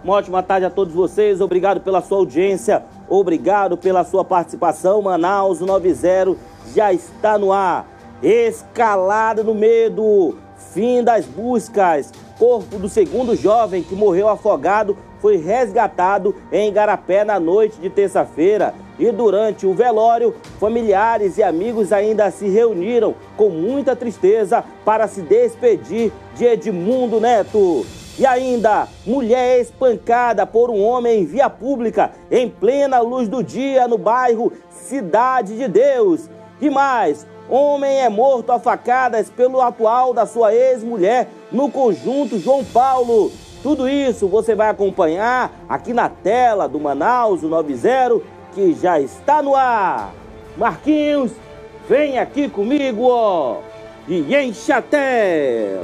Uma ótima tarde a todos vocês, obrigado pela sua audiência, obrigado pela sua participação. Manaus 90 já está no ar. Escalada no medo, fim das buscas. Corpo do segundo jovem que morreu afogado foi resgatado em Igarapé na noite de terça-feira. E durante o velório, familiares e amigos ainda se reuniram com muita tristeza para se despedir de Edmundo Neto. E ainda, mulher espancada por um homem em via pública em plena luz do dia no bairro Cidade de Deus. E mais, homem é morto a facadas pelo atual da sua ex-mulher no conjunto João Paulo. Tudo isso você vai acompanhar aqui na tela do Manaus 90, que já está no ar. Marquinhos, vem aqui comigo, ó, e enche a tela.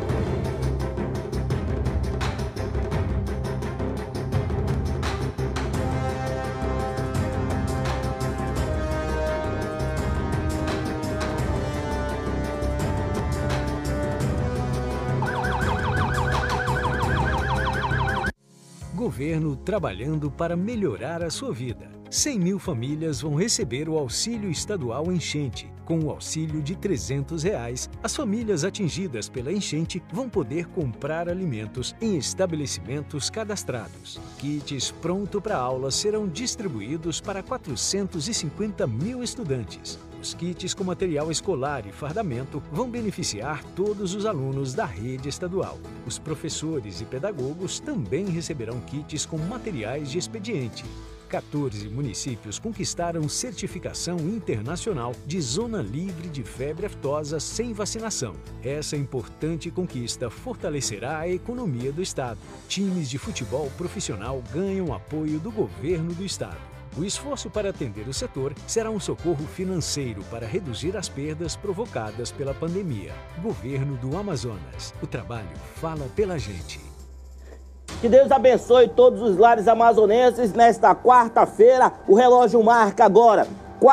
Governo trabalhando para melhorar a sua vida. 100 mil famílias vão receber o auxílio estadual enchente. Com o auxílio de R$ 300, as famílias atingidas pela enchente vão poder comprar alimentos em estabelecimentos cadastrados. Kits pronto para aula serão distribuídos para 450 mil estudantes. Os kits com material escolar e fardamento vão beneficiar todos os alunos da rede estadual. Os professores e pedagogos também receberão kits com materiais de expediente. 14 municípios conquistaram certificação internacional de zona livre de febre aftosa sem vacinação. Essa importante conquista fortalecerá a economia do estado. Times de futebol profissional ganham apoio do governo do estado. O esforço para atender o setor será um socorro financeiro para reduzir as perdas provocadas pela pandemia. Governo do Amazonas. O trabalho fala pela gente. Que Deus abençoe todos os lares amazonenses. Nesta quarta-feira, o relógio marca agora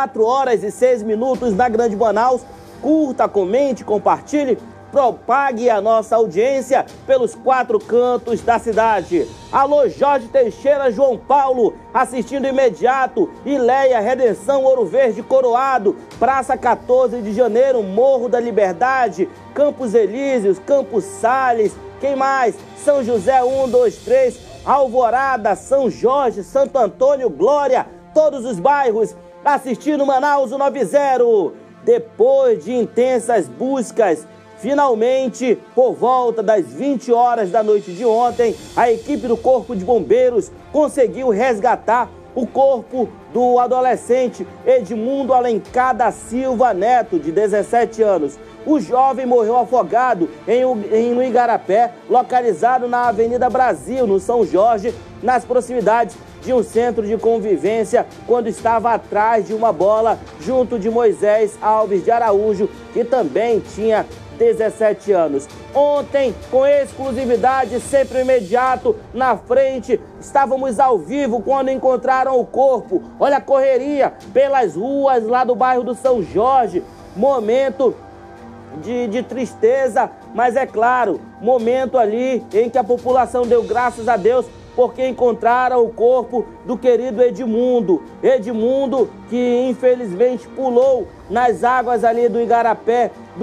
4h06 na Grande Manaus. Curta, comente, compartilhe, propague a nossa audiência pelos 4 cantos da cidade. Alô, Jorge Teixeira, João Paulo, assistindo imediato. Ileia, Redenção, Ouro Verde, Coroado, Praça 14 de Janeiro, Morro da Liberdade, Campos Elíseos, Campos Sales. Quem mais? São José 1, 2, 3, Alvorada, São Jorge, Santo Antônio, Glória, todos os bairros assistindo Manaus 90. Depois de intensas buscas, finalmente, por volta das 20 horas da noite de ontem, a equipe do Corpo de Bombeiros conseguiu resgatar o corpo do adolescente Edmundo Alencar da Silva Neto, de 17 anos. O jovem morreu afogado no Igarapé, localizado na Avenida Brasil, no São Jorge, nas proximidades de um centro de convivência, quando estava atrás de uma bola, junto de Moisés Alves de Araújo, que também tinha 17 anos. Ontem, com exclusividade, sempre imediato, na frente, estávamos ao vivo quando encontraram o corpo. Olha a correria pelas ruas lá do bairro do São Jorge. Momento de tristeza, mas é claro, momento ali em que a população deu graças a Deus porque encontraram o corpo do querido Edmundo. Edmundo, que infelizmente pulou nas águas ali do Igarapé, do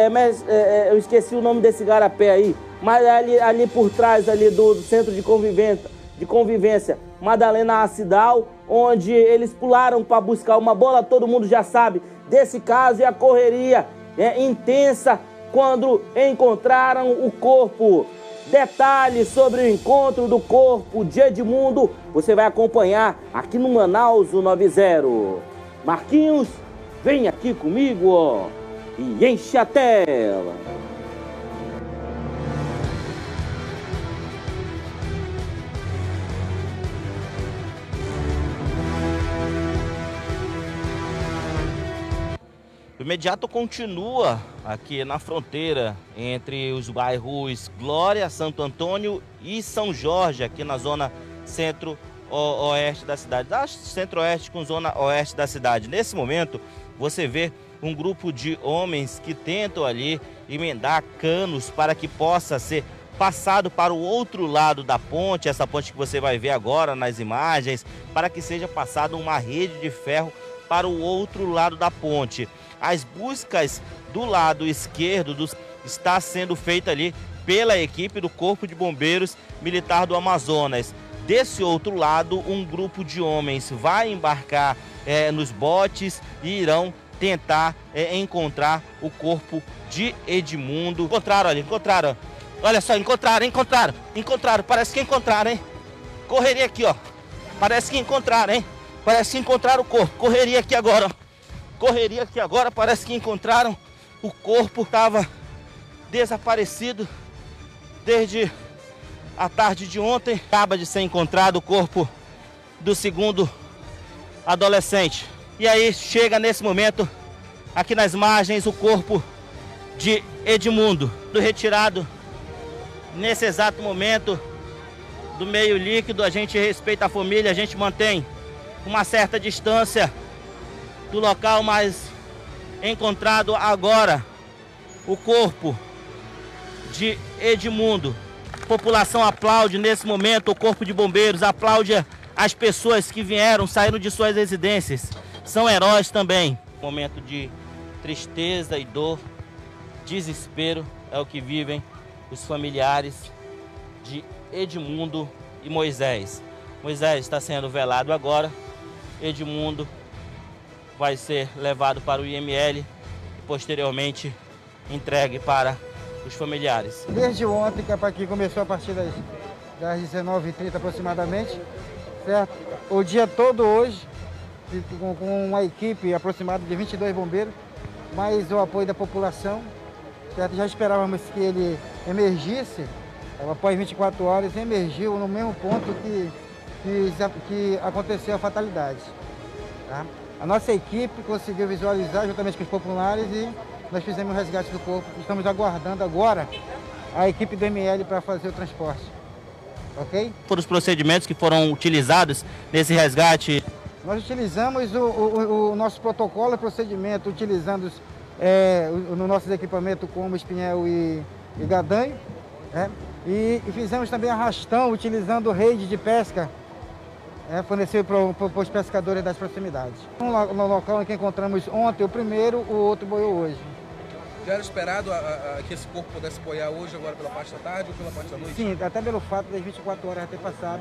eu esqueci o nome desse Igarapé aí, mas ali por trás ali do centro de convivência Madalena Acidal, onde eles pularam para buscar uma bola. Todo mundo já sabe desse caso, e a correria intensa quando encontraram o corpo. Detalhes sobre o encontro do corpo de Edmundo você vai acompanhar aqui no Manaus 90. Marquinhos, vem aqui comigo, ó, e enche a tela. O imediato continua aqui na fronteira entre os bairros Glória, Santo Antônio e São Jorge, aqui na zona centro-oeste da cidade, centro-oeste com zona oeste da cidade. Nesse momento, você vê um grupo de homens que tentam ali emendar canos para que possa ser passado para o outro lado da ponte, essa ponte que você vai ver agora nas imagens, para que seja passada uma rede de ferro para o outro lado da ponte. As buscas do lado esquerdo está sendo feita ali pela equipe do Corpo de Bombeiros Militar do Amazonas. Desse outro lado, um grupo de homens vai embarcar nos botes e irão tentar encontrar o corpo de Edmundo. Encontraram ali, encontraram. Olha só, encontraram, parece que encontraram, hein? Correria aqui, ó. Parece que encontraram, hein? Parece que encontraram o corpo. Correria aqui agora, ó. Correria aqui agora, parece que encontraram o corpo. Estava desaparecido desde a tarde de ontem. Acaba de ser encontrado o corpo do segundo adolescente. E aí chega nesse momento, aqui nas margens, o corpo de Edmundo, retirado nesse exato momento do meio líquido. A gente respeita a família, a gente mantém uma certa distância do local, mas encontrado agora o corpo de Edmundo. A população aplaude nesse momento, o Corpo de Bombeiros aplaude as pessoas que vieram, saíram de suas residências. São heróis também. Momento de tristeza e dor, desespero é o que vivem os familiares de Edmundo e Moisés. Moisés está sendo velado agora. Edmundo vai ser levado para o IML e posteriormente entregue para os familiares. Desde ontem, que começou a partir das 19h30 aproximadamente, certo? O dia todo hoje, com uma equipe aproximada de 22 bombeiros, mais o apoio da população, certo? Já esperávamos que ele emergisse, após 24 horas, emergiu no mesmo ponto que aconteceu a fatalidade. Tá? A nossa equipe conseguiu visualizar juntamente com os populares e nós fizemos o resgate do corpo. Estamos aguardando agora a equipe do ML para fazer o transporte. Ok? Foram os procedimentos que foram utilizados nesse resgate? Nós utilizamos o nosso protocolo e procedimento, utilizando no nossos equipamentos como espinhel e gadanho, né? E fizemos também arrastão, utilizando rede de pesca, fornecido para os pescadores das proximidades. No local em que encontramos ontem o primeiro, o outro boiou hoje. Já era esperado que esse corpo pudesse boiar hoje, agora pela parte da tarde ou pela parte da noite? Sim, até pelo fato das 24 horas ter passado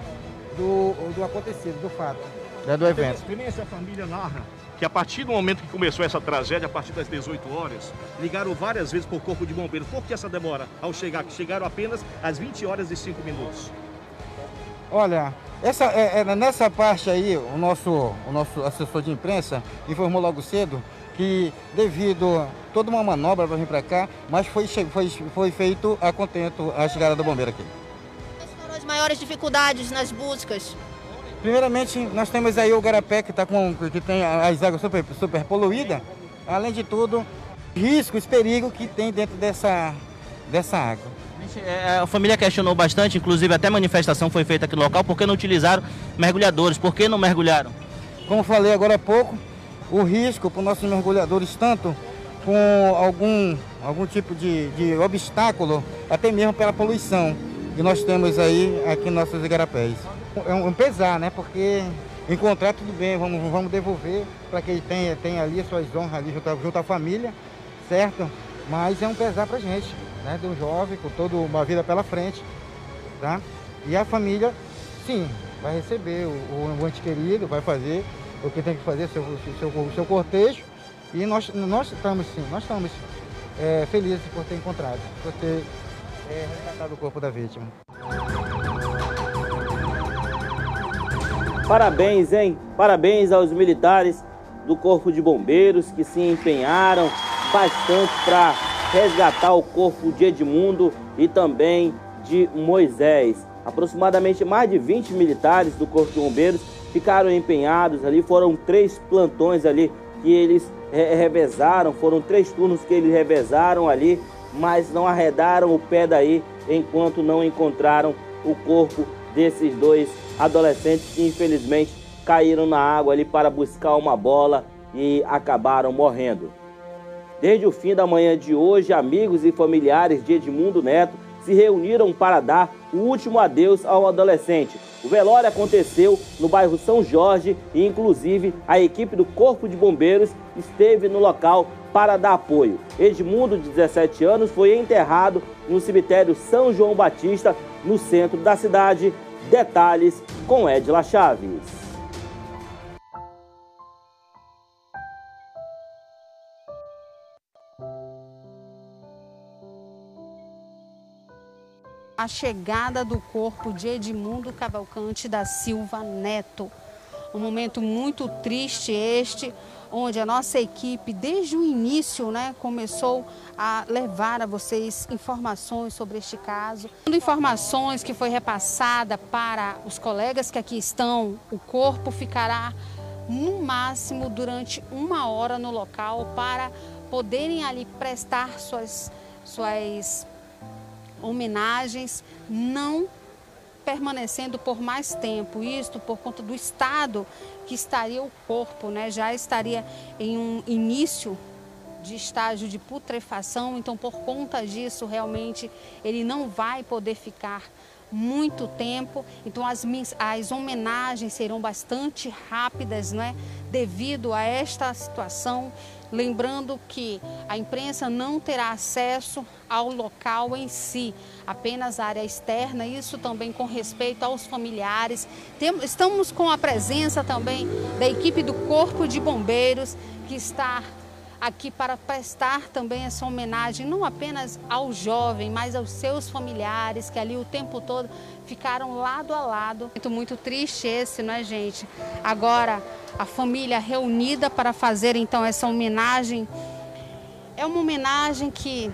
do acontecido, do fato, do evento. Primeiro, essa família narra que a partir do momento que começou essa tragédia, a partir das 18 horas, ligaram várias vezes para o Corpo de Bombeiros. Por que essa demora ao chegar? Que chegaram apenas às 20 horas e 5 minutos. Olha, nessa parte aí, o nosso assessor de imprensa informou logo cedo que devido a toda uma manobra para vir para cá, mas foi feito a contento a chegada do bombeiro aqui. Quais foram as maiores dificuldades nas buscas? Primeiramente, nós temos aí o garapé que tem as águas super poluídas, além de tudo, riscos, perigos que tem dentro dessa água. A família questionou bastante, inclusive até manifestação foi feita aqui no local, por que não utilizaram mergulhadores, por que não mergulharam? Como falei agora há pouco, o risco para os nossos mergulhadores, tanto com algum tipo de obstáculo, até mesmo pela poluição que nós temos aí aqui nos nossos igarapés. É um pesar, né? Porque encontrar tudo bem, vamos devolver para que ele tenha ali suas honras ali junto à família, certo? Mas é um pesar para a gente, né? De um jovem com toda uma vida pela frente, tá? E a família, sim, vai receber o ente querido, vai fazer o que tem que fazer, seu cortejo. E nós estamos felizes por ter encontrado, por ter resgatado o corpo da vítima. Parabéns, hein? Parabéns aos militares do Corpo de Bombeiros que se empenharam bastante para resgatar o corpo de Edmundo e também de Moisés. Aproximadamente mais de 20 militares do Corpo de Bombeiros ficaram empenhados ali, foram 3 plantões ali que eles revezaram, foram 3 turnos que eles revezaram ali, mas não arredaram o pé daí enquanto não encontraram o corpo desses 2 adolescentes que infelizmente caíram na água ali para buscar uma bola e acabaram morrendo. Desde o fim da manhã de hoje, amigos e familiares de Edmundo Neto se reuniram para dar o último adeus ao adolescente. O velório aconteceu no bairro São Jorge e, inclusive, a equipe do Corpo de Bombeiros esteve no local para dar apoio. Edmundo, de 17 anos, foi enterrado no cemitério São João Batista, no centro da cidade. Detalhes com Edila Chaves. A chegada do corpo de Edmundo Cavalcante da Silva Neto. Um momento muito triste este, onde a nossa equipe, desde o início, começou a levar a vocês informações sobre este caso. Informações que foi repassada para os colegas que aqui estão. O corpo ficará, no máximo, durante 1 hora no local para poderem ali prestar suas homenagens, não permanecendo por mais tempo, isto por conta do estado que estaria o corpo, já estaria em um início de estágio de putrefação, então por conta disso realmente ele não vai poder ficar muito tempo, então as homenagens serão bastante rápidas, devido a esta situação. Lembrando que a imprensa não terá acesso ao local em si, apenas a área externa, isso também com respeito aos familiares. Estamos com a presença também da equipe do Corpo de Bombeiros, que está aqui para prestar também essa homenagem, não apenas ao jovem, mas aos seus familiares, que ali o tempo todo ficaram lado a lado. Muito triste esse, não é, gente? Agora, a família reunida para fazer então essa homenagem. É uma homenagem que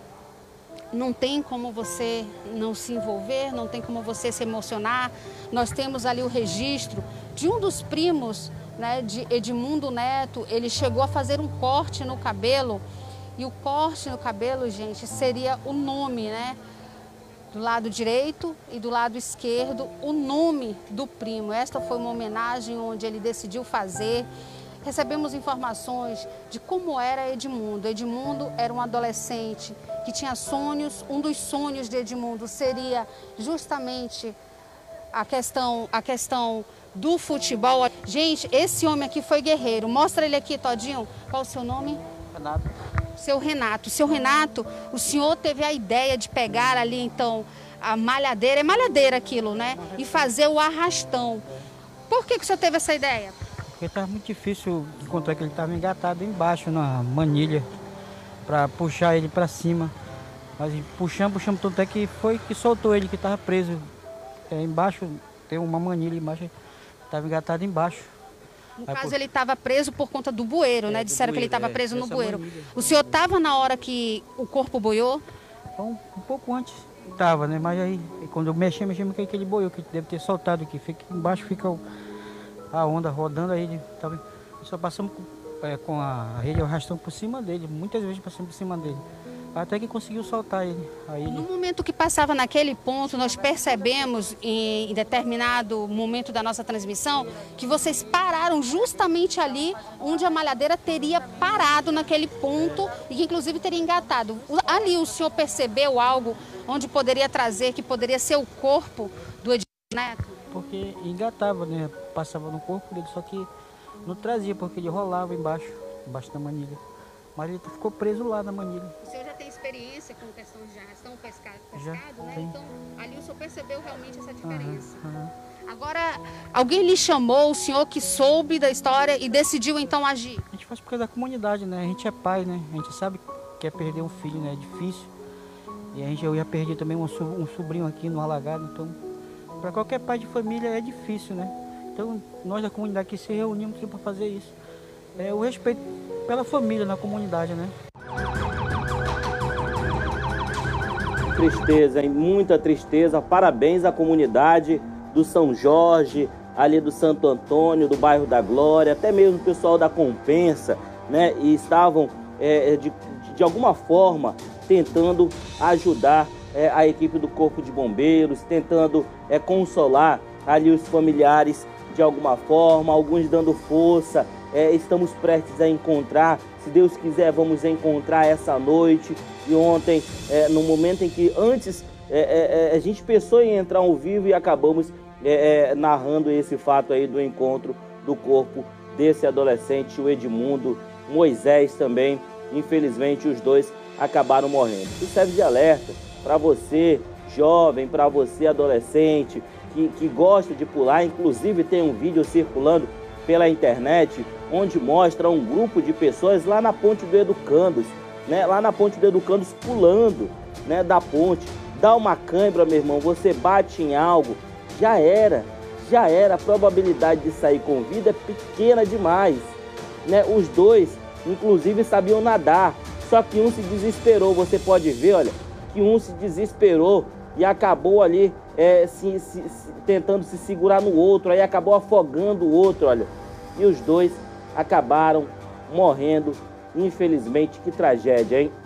não tem como você não se envolver, não tem como você se emocionar. Nós temos ali o registro de um dos primos, de Edmundo Neto. Ele chegou a fazer um corte no cabelo, e o corte no cabelo, gente, seria o nome, do lado direito e do lado esquerdo, o nome do primo. Esta foi uma homenagem onde ele decidiu fazer. Recebemos informações de como era Edmundo. Edmundo era um adolescente que tinha sonhos. Um dos sonhos de Edmundo seria justamente a questão do futebol. Gente, esse homem aqui foi guerreiro. Mostra ele aqui, Todinho. Qual o seu nome? Renato. Seu Renato. Seu Renato, o senhor teve a ideia de pegar ali, então, a malhadeira. É malhadeira aquilo, e fazer o arrastão. Por que o senhor teve essa ideia? Porque estava muito difícil encontrar que ele estava engatado embaixo na manilha, para puxar ele para cima. Mas puxamos, tanto é que foi que soltou ele, que estava preso. Embaixo, tem uma manilha embaixo, estava engatado embaixo. No caso, ele estava preso por conta do bueiro, Disseram que ele estava preso no bueiro. Manilha. O senhor estava na hora que o corpo boiou? Então, um pouco antes estava, Mas aí, quando eu mexi que ele boiou, que deve ter soltado aqui. Embaixo fica a onda rodando, aí ele tava, só passamos com a rede arrastando por cima dele, muitas vezes passamos por cima dele. Até que conseguiu soltar ele. No momento que passava naquele ponto, nós percebemos em determinado momento da nossa transmissão que vocês pararam justamente ali onde a malhadeira teria parado naquele ponto e que inclusive teria engatado. Ali o senhor percebeu algo onde poderia trazer, que poderia ser o corpo do Edmundo Neto? Porque engatava, Passava no corpo dele, só que não trazia, porque ele rolava embaixo da manilha. Mas ele ficou preso lá na manilha. O senhor já tem experiência com questão de arrastão pescado, já, Então, ali o senhor percebeu realmente essa diferença. Uhum. Agora, alguém lhe chamou, o senhor que soube da história e decidiu então agir? A gente faz por causa da comunidade, A gente é pai, A gente sabe que é perder um filho, É difícil. E eu já perdi também um sobrinho aqui no alagado, então, para qualquer pai de família é difícil, Então, nós da comunidade que se reunimos para fazer isso. É o respeito pela família na comunidade, Tristeza, hein? Muita tristeza. Parabéns à comunidade do São Jorge, ali do Santo Antônio, do bairro da Glória, até mesmo o pessoal da Compensa, E estavam, de alguma forma, tentando ajudar a equipe do Corpo de Bombeiros, tentando consolar ali os familiares de alguma forma, alguns dando força. Estamos prestes a encontrar, se Deus quiser, vamos encontrar essa noite. E ontem, no momento em que antes a gente pensou em entrar ao vivo e acabamos narrando esse fato aí do encontro do corpo desse adolescente, o Edmundo, Moisés também. Infelizmente, os dois acabaram morrendo. Isso serve de alerta para você, jovem, para você, adolescente, que gosta de pular. Inclusive, tem um vídeo circulando pela internet onde mostra um grupo de pessoas lá na Ponte do Educandos, né? Lá na Ponte do Educandos pulando, né, da ponte. Dá uma cãibra, meu irmão, você bate em algo, já era. A probabilidade de sair com vida é pequena demais, né? Os dois, inclusive, sabiam nadar, só que um se desesperou. Você pode ver, olha, que um se desesperou e acabou ali tentando se segurar no outro, aí acabou afogando o outro, olha. E os dois acabaram morrendo, infelizmente. Que tragédia, hein?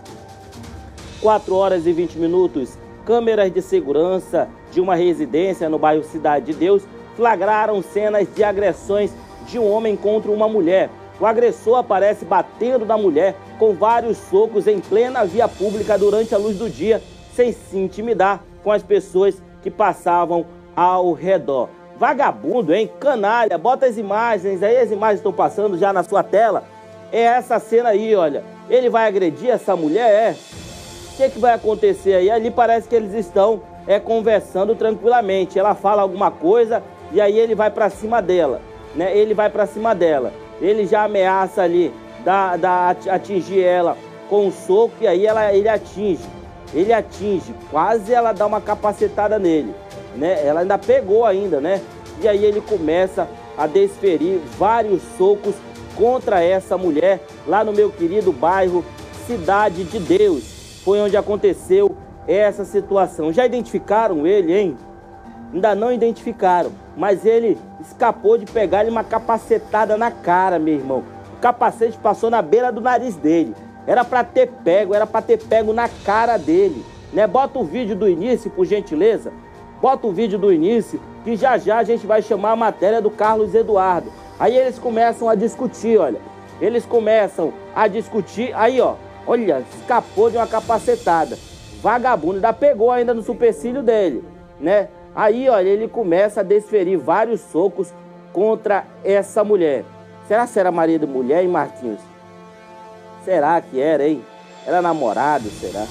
4 horas e 20 minutos, câmeras de segurança de uma residência no bairro Cidade de Deus flagraram cenas de agressões de um homem contra uma mulher. O agressor aparece batendo na mulher com vários socos em plena via pública durante a luz do dia, sem se intimidar com as pessoas que passavam ao redor. Vagabundo, hein? Canalha, bota as imagens aí, as imagens estão passando já na sua tela. É essa cena aí, olha. Ele vai agredir essa mulher, O que vai acontecer aí? Ali parece que eles estão conversando tranquilamente. Ela fala alguma coisa e aí ele vai para cima dela, né? Ele vai para cima dela. Ele já ameaça ali atingir ela com um soco e aí ele atinge. Ele atinge, quase ela dá uma capacetada nele, né? Ela ainda pegou ainda, né? E aí ele começa a desferir vários socos contra essa mulher lá no meu querido bairro Cidade de Deus. Foi onde aconteceu essa situação. Já identificaram ele, hein? Ainda não identificaram, mas ele escapou de pegar-lhe uma capacetada na cara, meu irmão. O capacete passou na beira do nariz dele. Era para ter pego na cara dele, né? Bota o vídeo do início, por gentileza. Bota o vídeo do início, que já a gente vai chamar a matéria do Carlos Eduardo. Aí eles começam a discutir, olha. Eles começam a discutir, aí, ó. Olha, escapou de uma capacetada. Vagabundo, ainda pegou ainda no supercílio dele, né? Aí, olha, ele começa a desferir vários socos contra essa mulher. Será que era marido e mulher, hein, Marquinhos? Será que era, hein? Era namorado, será?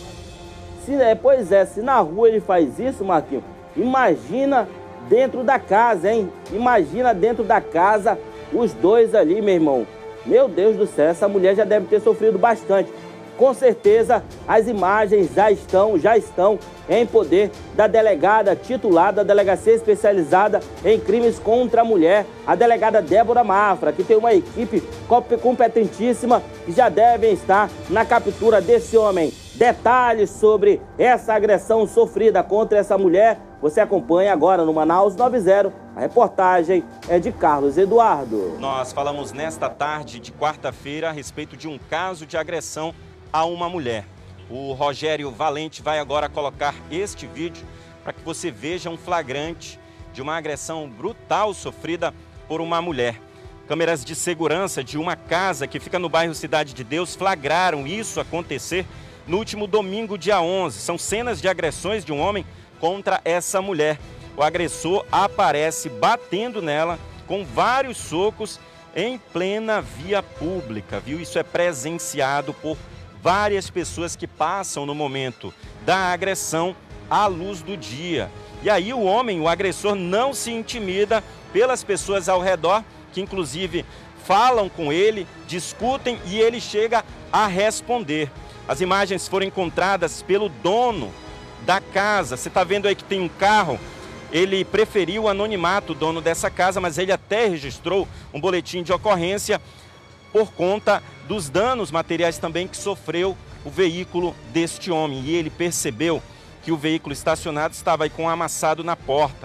Pois é, se na rua ele faz isso, Marquinhos, imagina dentro da casa, hein? Imagina dentro da casa os dois ali, meu irmão. Meu Deus do céu, essa mulher já deve ter sofrido bastante. Com certeza, as imagens já estão em poder da delegada titular da Delegacia Especializada em Crimes contra a Mulher, a delegada Débora Mafra, que tem uma equipe competentíssima que já devem estar na captura desse homem. Detalhes sobre essa agressão sofrida contra essa mulher, você acompanha agora no Manaus 90. A reportagem é de Carlos Eduardo. Nós falamos nesta tarde de quarta-feira a respeito de um caso de agressão a uma mulher. O Rogério Valente vai agora colocar este vídeo para que você veja um flagrante de uma agressão brutal sofrida por uma mulher. Câmeras de segurança de uma casa que fica no bairro Cidade de Deus flagraram isso acontecer no último domingo, dia 11. São cenas de agressões de um homem contra essa mulher. O agressor aparece batendo nela com vários socos em plena via pública, viu? Isso é presenciado por várias pessoas que passam no momento da agressão à luz do dia. E aí o homem, o agressor, não se intimida pelas pessoas ao redor, que inclusive falam com ele, discutem e ele chega a responder. As imagens foram encontradas pelo dono da casa. Você está vendo aí que tem um carro. Ele preferiu o anonimato, o dono dessa casa, mas ele até registrou um boletim de ocorrência por conta dos danos materiais também que sofreu o veículo deste homem. E ele percebeu que o veículo estacionado estava aí com um amassado na porta.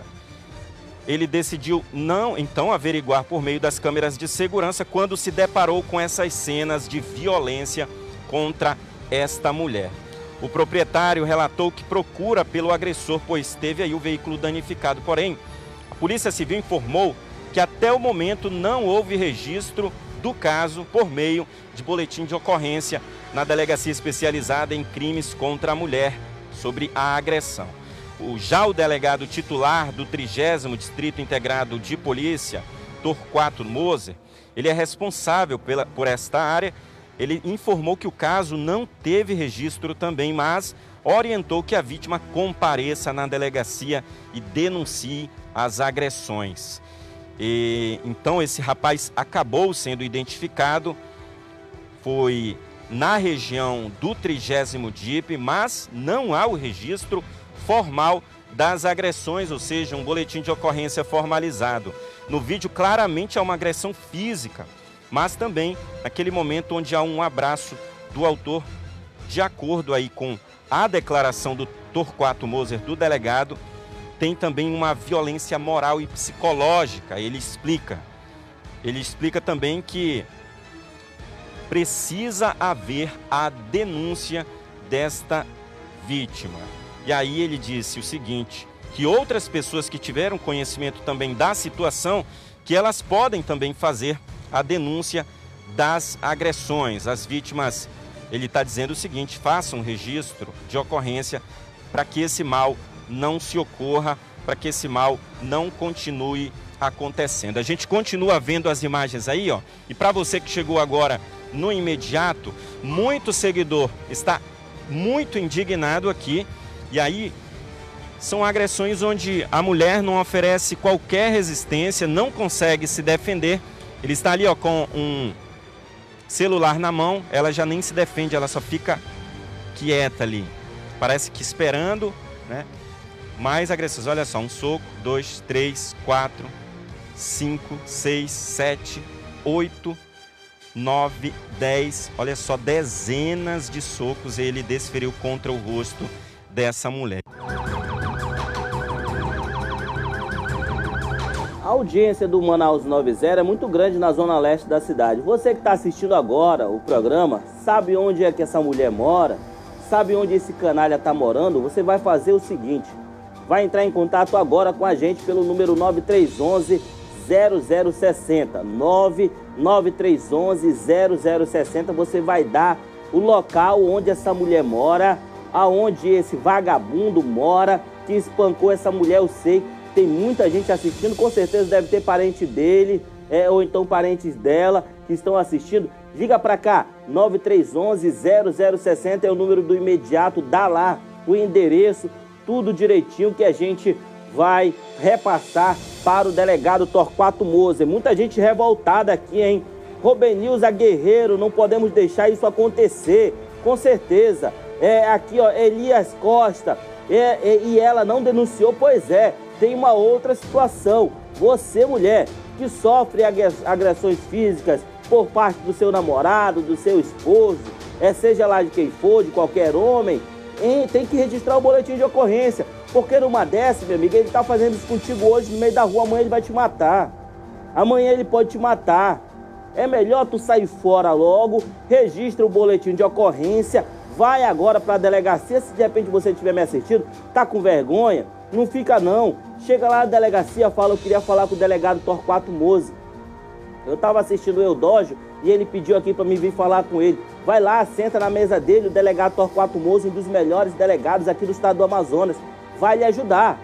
Ele decidiu não, então, averiguar por meio das câmeras de segurança quando se deparou com essas cenas de violência contra esta mulher. O proprietário relatou que procura pelo agressor, pois teve aí o veículo danificado. Porém, a Polícia Civil informou que até o momento não houve registro do caso por meio de boletim de ocorrência na Delegacia Especializada em Crimes contra a Mulher, sobre a agressão. Já o delegado titular do 30º Distrito Integrado de Polícia, Torquato Moser, ele é responsável por esta área. Ele informou que o caso não teve registro também, mas orientou que a vítima compareça na delegacia e denuncie as agressões. Então esse rapaz acabou sendo identificado, foi na região do 30º DIP, mas não há o registro formal das agressões, ou seja, um boletim de ocorrência formalizado. No vídeo claramente há uma agressão física, mas também naquele momento onde há um abraço do autor, de acordo aí com a declaração do Torquato Moser, do delegado, tem também uma violência moral e psicológica. Ele explica também que precisa haver a denúncia desta vítima. E aí ele disse o seguinte, que outras pessoas que tiveram conhecimento também da situação, que elas podem também fazer a denúncia das agressões. As vítimas, ele está dizendo o seguinte, façam um registro de ocorrência para que esse mal não se ocorra, para que esse mal não continue acontecendo. A gente continua vendo as imagens aí, ó, e para você que chegou agora no imediato, muito seguidor está muito indignado aqui. E aí são agressões onde a mulher não oferece qualquer resistência, não consegue se defender. Ele está ali, ó, com um celular na mão, ela já nem se defende, ela só fica quieta ali. Parece que esperando, né? Mais agressões, olha só, um soco, 2, 3, 4, 5, 6, 7, 8, 9, 10, olha só, dezenas de socos ele desferiu contra o rosto dessa mulher. A audiência do Manaus 90 é muito grande na zona leste da cidade. Você que está assistindo agora o programa, sabe onde é que essa mulher mora? Sabe onde esse canalha está morando? Você vai fazer o seguinte, vai entrar em contato agora com a gente pelo número 9311-0060. 9311-0060. Você vai dar o local onde essa mulher mora, aonde esse vagabundo mora, que espancou essa mulher. Eu sei, tem muita gente assistindo, com certeza deve ter parente dele, ou então parentes dela que estão assistindo. Liga pra cá, 9311-0060 é o número do imediato, dá lá o endereço, tudo direitinho que a gente vai repassar para o delegado Torquato Moser. Muita gente revoltada aqui, hein? Robenilza Guerreiro, não podemos deixar isso acontecer, com certeza. Aqui, ó, Elias Costa, e ela não denunciou, pois é, tem uma outra situação. Você, mulher, que sofre agressões físicas por parte do seu namorado, do seu esposo, seja lá de quem for, de qualquer homem, tem que registrar o boletim de ocorrência, porque numa dessa, minha amiga, ele tá fazendo isso contigo hoje no meio da rua, amanhã ele vai te matar. Amanhã ele pode te matar. É melhor tu sair fora logo, registra o boletim de ocorrência, vai agora para a delegacia. Se de repente você estiver me assistindo, tá com vergonha, não fica não. Chega lá na delegacia, fala, eu queria falar com o delegado Torquato Moser. Eu estava assistindo o Eudógio e ele pediu aqui para mim vir falar com ele. Vai lá, senta na mesa dele, o delegado Torquato Moser, um dos melhores delegados aqui do estado do Amazonas. Vai lhe ajudar,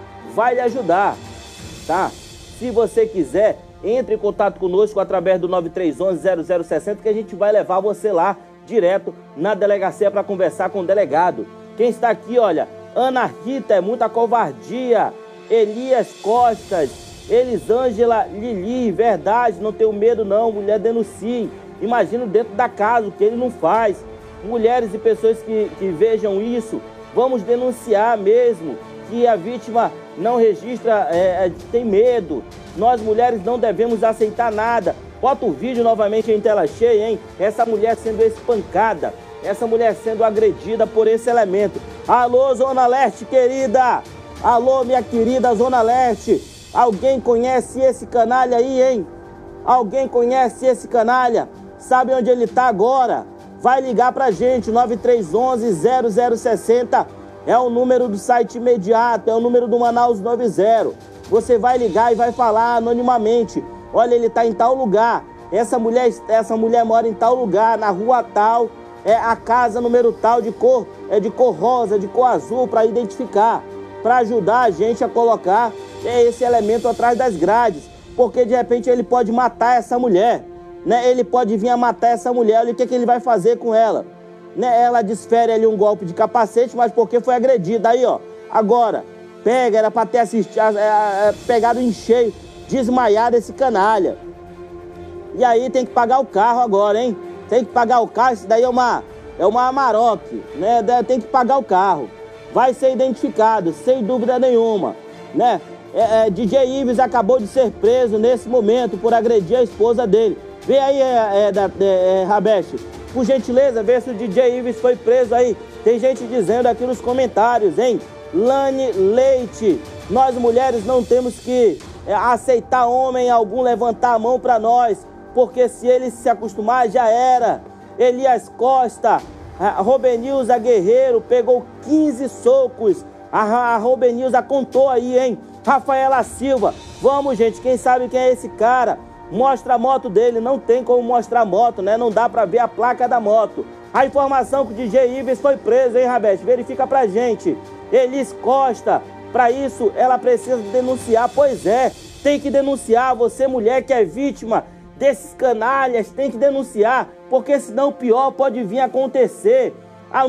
tá? Se você quiser, entre em contato conosco através do 9311-0060 que a gente vai levar você lá direto na delegacia para conversar com o delegado. Quem está aqui, olha, Ana Rita, é muita covardia. Elias Costas, Elisângela Lili, verdade, não tenho medo não, mulher, denuncie. Imagina dentro da casa o que ele não faz. Mulheres e pessoas que vejam isso, vamos denunciar mesmo, que a vítima não registra, tem medo. Nós mulheres não devemos aceitar nada. Bota o vídeo novamente em tela cheia, hein? Essa mulher sendo espancada, essa mulher sendo agredida por esse elemento. Alô, Zona Leste, querida! Alô, minha querida Zona Leste! Alguém conhece esse canalha aí, hein? Alguém conhece esse canalha? Sabe onde ele tá agora? Vai ligar pra gente, 9311-0060. É o número do site imediato, é o número do Manaus 90. Você vai ligar e vai falar anonimamente. Olha, ele tá em tal lugar. Essa mulher mora em tal lugar, na rua tal. a casa número tal de cor rosa, de cor azul, para identificar, para ajudar a gente a colocar esse elemento atrás das grades, porque de repente ele pode matar essa mulher, né? Ele pode vir a matar essa mulher, olha o que ele vai fazer com ela, né? Ela desfere ali um golpe de capacete, mas porque foi agredida, aí ó, agora, pega, era para ter pegado em cheio, desmaiado esse canalha, e aí tem que pagar o carro agora, hein? Tem que pagar o carro, isso daí é uma Amarok, né? Tem que pagar o carro. Vai ser identificado, sem dúvida nenhuma, né? DJ Ives acabou de ser preso nesse momento por agredir a esposa dele. Vê aí, Rabesh, por gentileza, vê se o DJ Ives foi preso aí. Tem gente dizendo aqui nos comentários, hein? Lani Leite, nós mulheres não temos que aceitar homem algum levantar a mão para nós, porque se ele se acostumar, já era. Elias Costa, a Robenilza Guerreiro pegou 15 socos. A Robenilza contou aí, hein? Rafaela Silva, vamos, gente, quem sabe quem é esse cara? Mostra a moto dele, não tem como mostrar a moto, né? Não dá pra ver a placa da moto. A informação que o DJ Ives foi preso, hein, Rabesh? Verifica pra gente. Elis Costa, pra isso ela precisa denunciar. Pois é, tem que denunciar. Você, mulher que é vítima desses canalhas, tem que denunciar, porque senão o pior pode vir a acontecer. A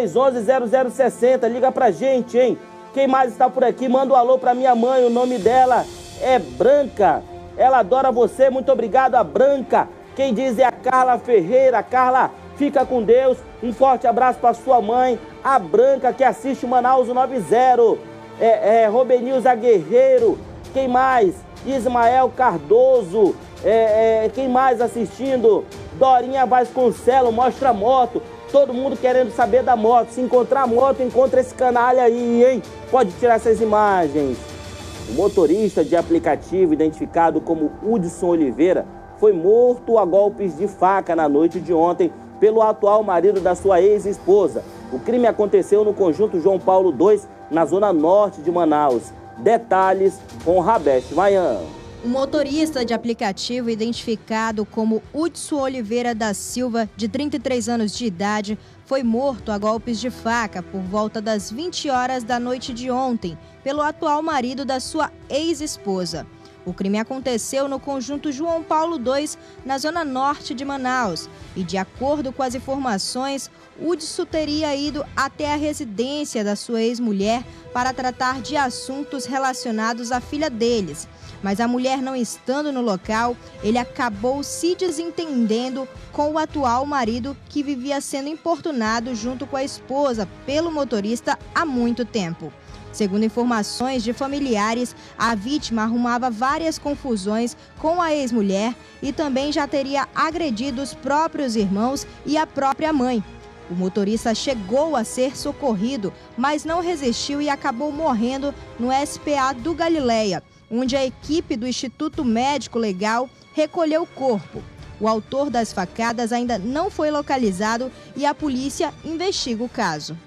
9311-0060, liga pra gente, hein? Quem mais está por aqui? Manda um alô pra minha mãe, o nome dela é Branca. Ela adora você, muito obrigado a Branca. Quem diz é a Carla Ferreira. Carla, fica com Deus. Um forte abraço para sua mãe, a Branca, que assiste Manaus 90. Robenilza Guerreiro. Quem mais? Ismael Cardoso. Quem mais assistindo? Dorinha Vasconcelos, mostra a moto. Todo mundo querendo saber da moto. Se encontrar a moto, encontra esse canalha aí, hein? Pode tirar essas imagens. O motorista de aplicativo identificado como Hudson Oliveira foi morto a golpes de faca na noite de ontem pelo atual marido da sua ex-esposa. O crime aconteceu no conjunto João Paulo II, na zona norte de Manaus. Detalhes com Rabesh Mayan. O motorista de aplicativo identificado como Hudson Oliveira da Silva, de 33 anos de idade, foi morto a golpes de faca por volta das 20 horas da noite de ontem, pelo atual marido da sua ex-esposa. O crime aconteceu no conjunto João Paulo II, na zona norte de Manaus, e de acordo com as informações, Hudson teria ido até a residência da sua ex-mulher para tratar de assuntos relacionados à filha deles. Mas a mulher não estando no local, ele acabou se desentendendo com o atual marido, que vivia sendo importunado junto com a esposa pelo motorista há muito tempo. Segundo informações de familiares, a vítima arrumava várias confusões com a ex-mulher e também já teria agredido os próprios irmãos e a própria mãe. O motorista chegou a ser socorrido, mas não resistiu e acabou morrendo no SPA do Galileia, onde a equipe do Instituto Médico Legal recolheu o corpo. O autor das facadas ainda não foi localizado e a polícia investiga o caso.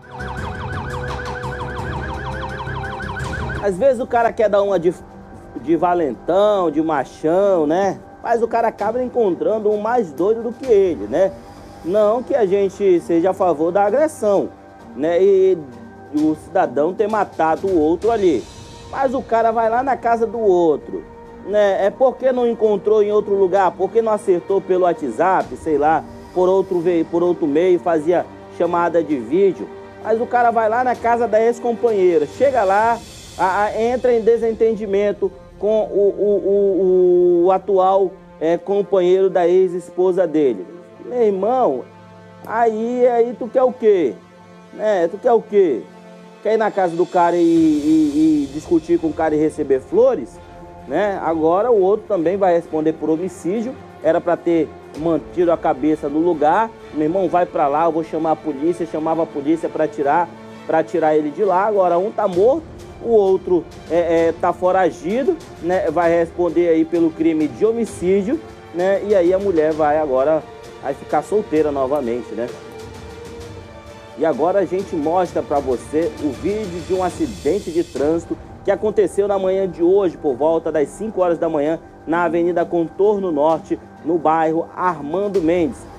Às vezes o cara quer dar uma de valentão, de machão, né? Mas o cara acaba encontrando um mais doido do que ele, né? Não que a gente seja a favor da agressão, né? E o cidadão ter matado o outro ali. Mas o cara vai lá na casa do outro, né? É porque não encontrou em outro lugar, porque não acertou pelo WhatsApp, sei lá, por outro meio, fazia chamada de vídeo. Mas o cara vai lá na casa da ex-companheira, chega lá, entra em desentendimento com o atual companheiro da ex-esposa dele. Meu irmão, aí tu quer o quê? Né? Tu quer o quê? Quer ir na casa do cara e discutir com o cara e receber flores, né? Agora o outro também vai responder por homicídio. Era para ter mantido a cabeça no lugar. Meu irmão, vai para lá, eu vou chamar a polícia. Chamava a polícia para tirar ele de lá. Agora um tá morto, o outro tá foragido, né? Vai responder aí pelo crime de homicídio, né? E aí a mulher vai ficar solteira novamente, né? E agora a gente mostra para você o vídeo de um acidente de trânsito que aconteceu na manhã de hoje, por volta das 5 horas da manhã, na Avenida Contorno Norte, no bairro Armando Mendes.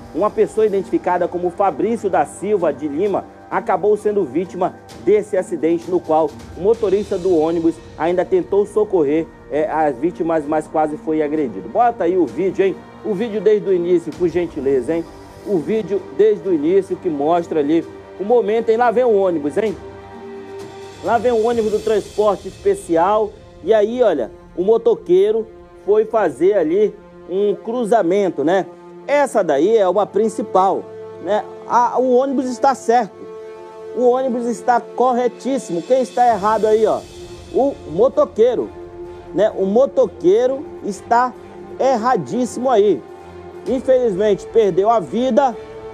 uma pessoa identificada como Fabrício da Silva de Lima acabou sendo vítima desse acidente, no qual o motorista do ônibus ainda tentou socorrer as vítimas, mas quase foi agredido. Bota aí o vídeo, hein? O vídeo desde o início, por gentileza, hein? O vídeo desde o início que mostra ali o momento, hein? Lá vem o ônibus, hein? Lá vem o ônibus do transporte especial. E aí, olha, o motoqueiro foi fazer ali um cruzamento, né? Essa daí é uma principal, né? O ônibus está certo. O ônibus está corretíssimo. Quem está errado aí, ó? O motoqueiro, né? O motoqueiro está erradíssimo aí. Infelizmente, perdeu a vida,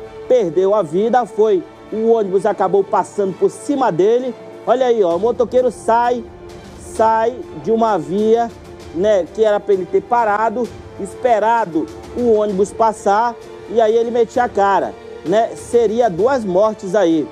o ônibus acabou passando por cima dele. Olha aí, ó, o motoqueiro sai de uma via, né, que era para ele ter parado, esperado o ônibus passar, e aí ele metia a cara, né? Seria 2 mortes aí.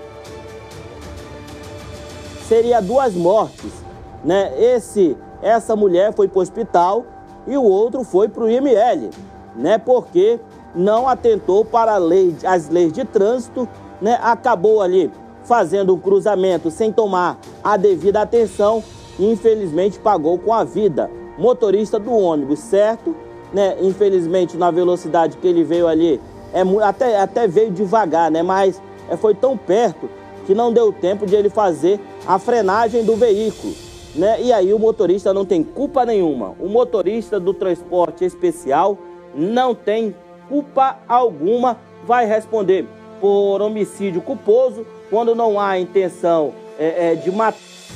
Seria 2 mortes, né? Essa mulher foi para o hospital e o outro foi para o IML, né? Porque não atentou para as leis de trânsito, né? Acabou ali fazendo um cruzamento sem tomar a devida atenção e infelizmente pagou com a vida. Motorista do ônibus, certo, né? Infelizmente na velocidade que ele veio ali, até veio devagar, né? Mas foi tão perto que não deu tempo de ele fazer a frenagem do veículo, né? E aí o motorista não tem culpa nenhuma. O motorista do transporte especial não tem culpa alguma, vai responder por homicídio culposo quando não há intenção de matar.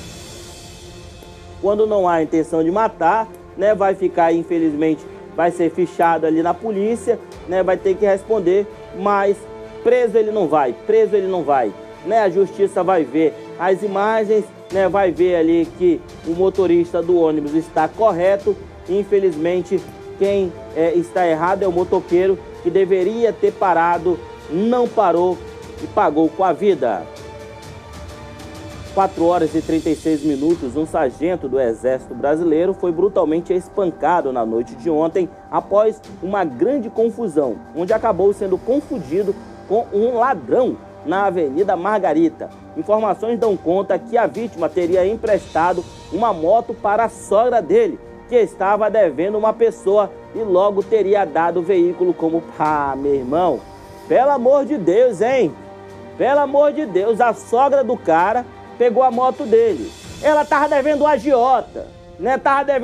Quando não há intenção de matar, né? Vai ficar, infelizmente, vai ser fichado ali na polícia, né? Vai ter que responder, mas preso ele não vai, né? A justiça vai ver as imagens, né? Vai ver ali que o motorista do ônibus está correto. Infelizmente, quem está errado é o motoqueiro, que deveria ter parado, não parou e pagou com a vida. 4 horas e 36 minutos, um sargento do Exército Brasileiro foi brutalmente espancado na noite de ontem após uma grande confusão, onde acabou sendo confundido com um ladrão na Avenida Margarita. Informações dão conta que a vítima teria emprestado uma moto para a sogra dele, que estava devendo uma pessoa, e logo teria dado o veículo como... meu irmão, pelo amor de Deus, hein? Pelo amor de Deus, a sogra do cara pegou a moto dele. Ela tava devendo o agiota, né?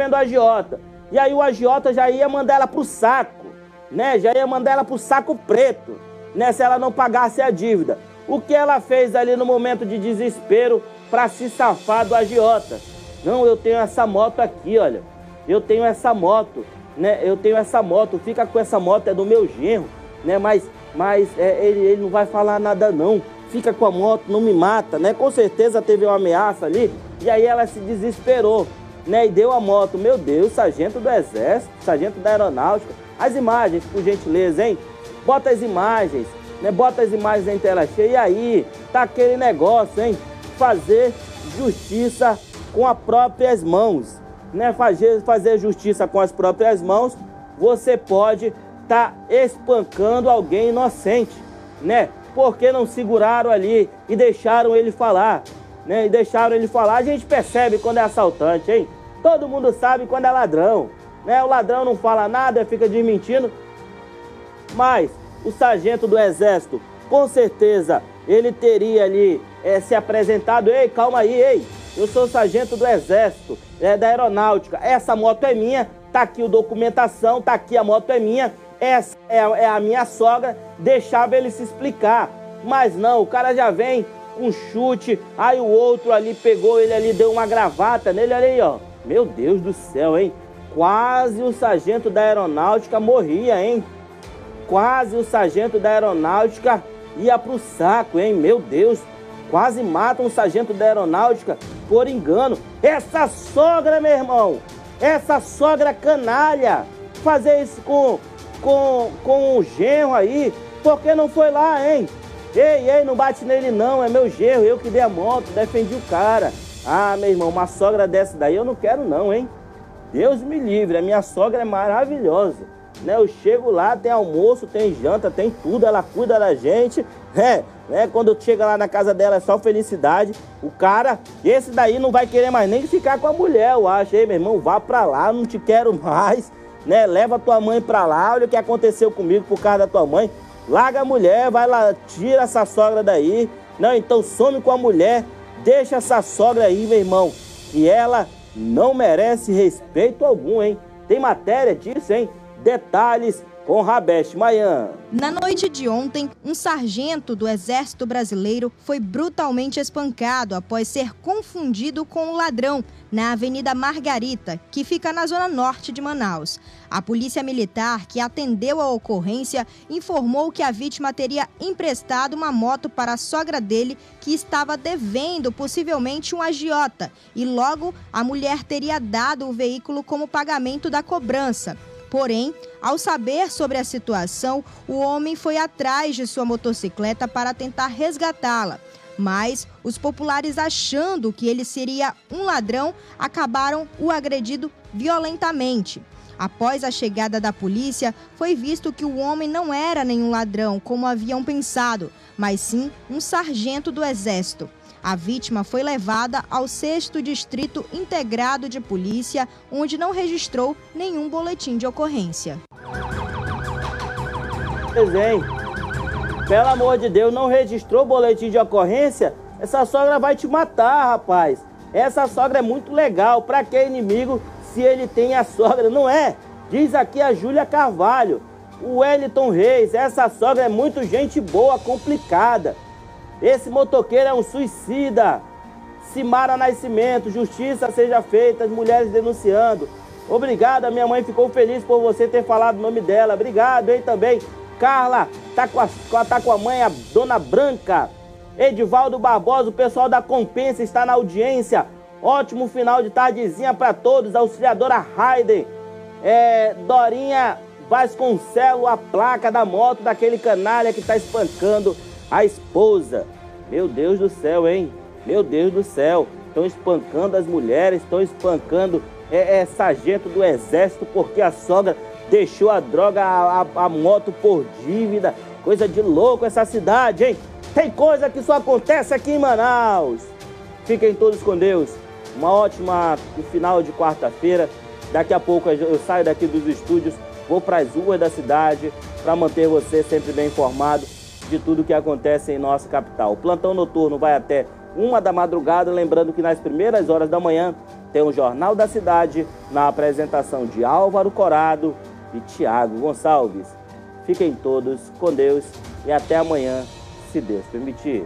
E aí o agiota já ia mandar ela pro saco, né? Já ia mandar ela pro saco preto, né? Se ela não pagasse a dívida. O que ela fez ali no momento de desespero para se safar do agiota? Não, eu tenho essa moto aqui, olha. Eu tenho essa moto, né? Fica com essa moto, é do meu genro, né? Mas ele não vai falar nada não. Fica com a moto, não me mata, né? Com certeza teve uma ameaça ali, e aí ela se desesperou, né? E deu a moto. Meu Deus, sargento do Exército, sargento da Aeronáutica. As imagens, por gentileza, hein? Bota as imagens, né? Bota as imagens em tela cheia. E aí, tá aquele negócio, hein? Fazer justiça com as próprias mãos, né? Fazer justiça com as próprias mãos, você pode estar espancando alguém inocente, né? Porque não seguraram ali e deixaram ele falar, né? A gente percebe quando é assaltante, hein? Todo mundo sabe quando é ladrão, né? O ladrão não fala nada, fica desmentindo. Mas o sargento do Exército, com certeza, ele teria ali se apresentado. Ei, calma aí, ei, eu sou o sargento do Exército, da Aeronáutica. Essa moto é minha, tá aqui a documentação, tá aqui, a moto é minha. Essa é a minha sogra, deixava ele se explicar. Mas não, o cara já vem com chute, aí o outro ali pegou ele ali, deu uma gravata nele, olha aí, ó. Meu Deus do céu, hein? Quase o sargento da Aeronáutica morria, hein? Quase o sargento da Aeronáutica ia pro saco, hein? Meu Deus, quase mata um sargento da Aeronáutica por engano. Essa sogra, meu irmão, essa sogra canalha, fazer isso com o genro aí, porque não foi lá, hein? Ei, não bate nele não, é meu genro, eu que dei a moto, defendi o cara. Meu irmão, uma sogra dessa daí eu não quero não, hein? Deus me livre, a minha sogra é maravilhosa, né? Eu chego lá, tem almoço, tem janta, tem tudo, ela cuida da gente, né? Quando chega lá na casa dela é só felicidade. O cara, esse daí não vai querer mais nem ficar com a mulher, eu acho. Ei, meu irmão, vá pra lá, não te quero mais, né? Leva tua mãe pra lá, olha o que aconteceu comigo por causa da tua mãe. Larga a mulher, vai lá, tira essa sogra daí. Não, então some com a mulher, deixa essa sogra aí, meu irmão, que ela não merece respeito algum, hein? Tem matéria disso, hein? Detalhes com Rabeste Mayan. Na noite de ontem, um sargento do Exército Brasileiro foi brutalmente espancado após ser confundido com um ladrão na Avenida Margarita, que fica na zona norte de Manaus. A polícia militar, que atendeu a ocorrência, informou que a vítima teria emprestado uma moto para a sogra dele, que estava devendo possivelmente um agiota, e logo a mulher teria dado o veículo como pagamento da cobrança. Porém, ao saber sobre a situação, o homem foi atrás de sua motocicleta para tentar resgatá-la. Mas os populares, achando que ele seria um ladrão, acabaram o agredindo violentamente. Após a chegada da polícia, foi visto que o homem não era nenhum ladrão, como haviam pensado, mas sim um sargento do Exército. A vítima foi levada ao 6º Distrito Integrado de Polícia, onde não registrou nenhum boletim de ocorrência. Pelo amor de Deus, não registrou boletim de ocorrência? Essa sogra vai te matar, rapaz. Essa sogra é muito legal. Pra que inimigo se ele tem a sogra, não é? Diz aqui a Júlia Carvalho, o Wellington Reis. Essa sogra é muito gente boa, complicada. Esse motoqueiro é um suicida. Simara Nascimento, justiça seja feita, as mulheres denunciando. Obrigado, a minha mãe ficou feliz por você ter falado o nome dela. Obrigado, hein, também. Carla, tá com a mãe, a Dona Branca. Edivaldo Barbosa, o pessoal da Compensa está na audiência. Ótimo final de tardezinha para todos. Auxiliadora Hayden. Dorinha Vasconcelos, a placa da moto daquele canalha que está espancando a esposa. Meu Deus do céu, hein? Meu Deus do céu. Estão espancando as mulheres, estão espancando sargento do Exército porque a sogra deixou a droga, a moto por dívida. Coisa de louco essa cidade, hein? Tem coisa que só acontece aqui em Manaus. Fiquem todos com Deus. Uma ótima final de quarta-feira. Daqui a pouco eu saio daqui dos estúdios, vou para as ruas da cidade para manter você sempre bem informado de tudo que acontece em nossa capital. O plantão noturno vai até 1 da madrugada, lembrando que nas primeiras horas da manhã tem o Jornal da Cidade, na apresentação de Álvaro Corado e Tiago Gonçalves. Fiquem todos com Deus e até amanhã, se Deus permitir.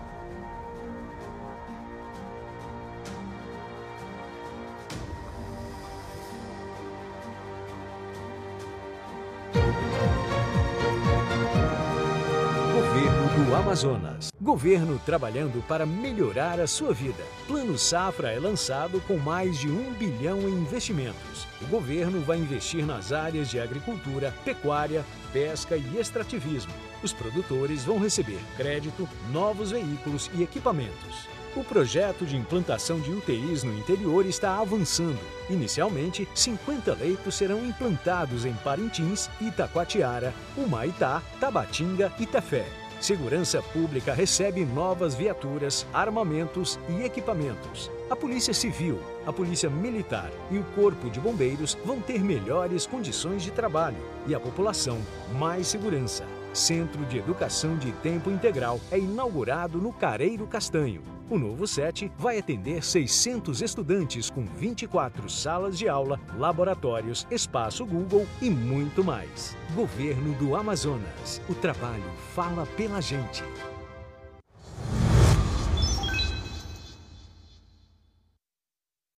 Governo do Amazonas. Governo trabalhando para melhorar a sua vida. Plano Safra é lançado com mais de 1 bilhão em investimentos. O governo vai investir nas áreas de agricultura, pecuária, pesca e extrativismo. Os produtores vão receber crédito, novos veículos e equipamentos. O projeto de implantação de UTIs no interior está avançando. Inicialmente, 50 leitos serão implantados em Parintins, Itacoatiara, Humaitá, Tabatinga e Tefé. Segurança Pública recebe novas viaturas, armamentos e equipamentos. A Polícia Civil, a Polícia Militar e o Corpo de Bombeiros vão ter melhores condições de trabalho e a população mais segurança. Centro de Educação de Tempo Integral é inaugurado no Careiro Castanho. O novo SET vai atender 600 estudantes com 24 salas de aula, laboratórios, espaço Google e muito mais. Governo do Amazonas. O trabalho fala pela gente.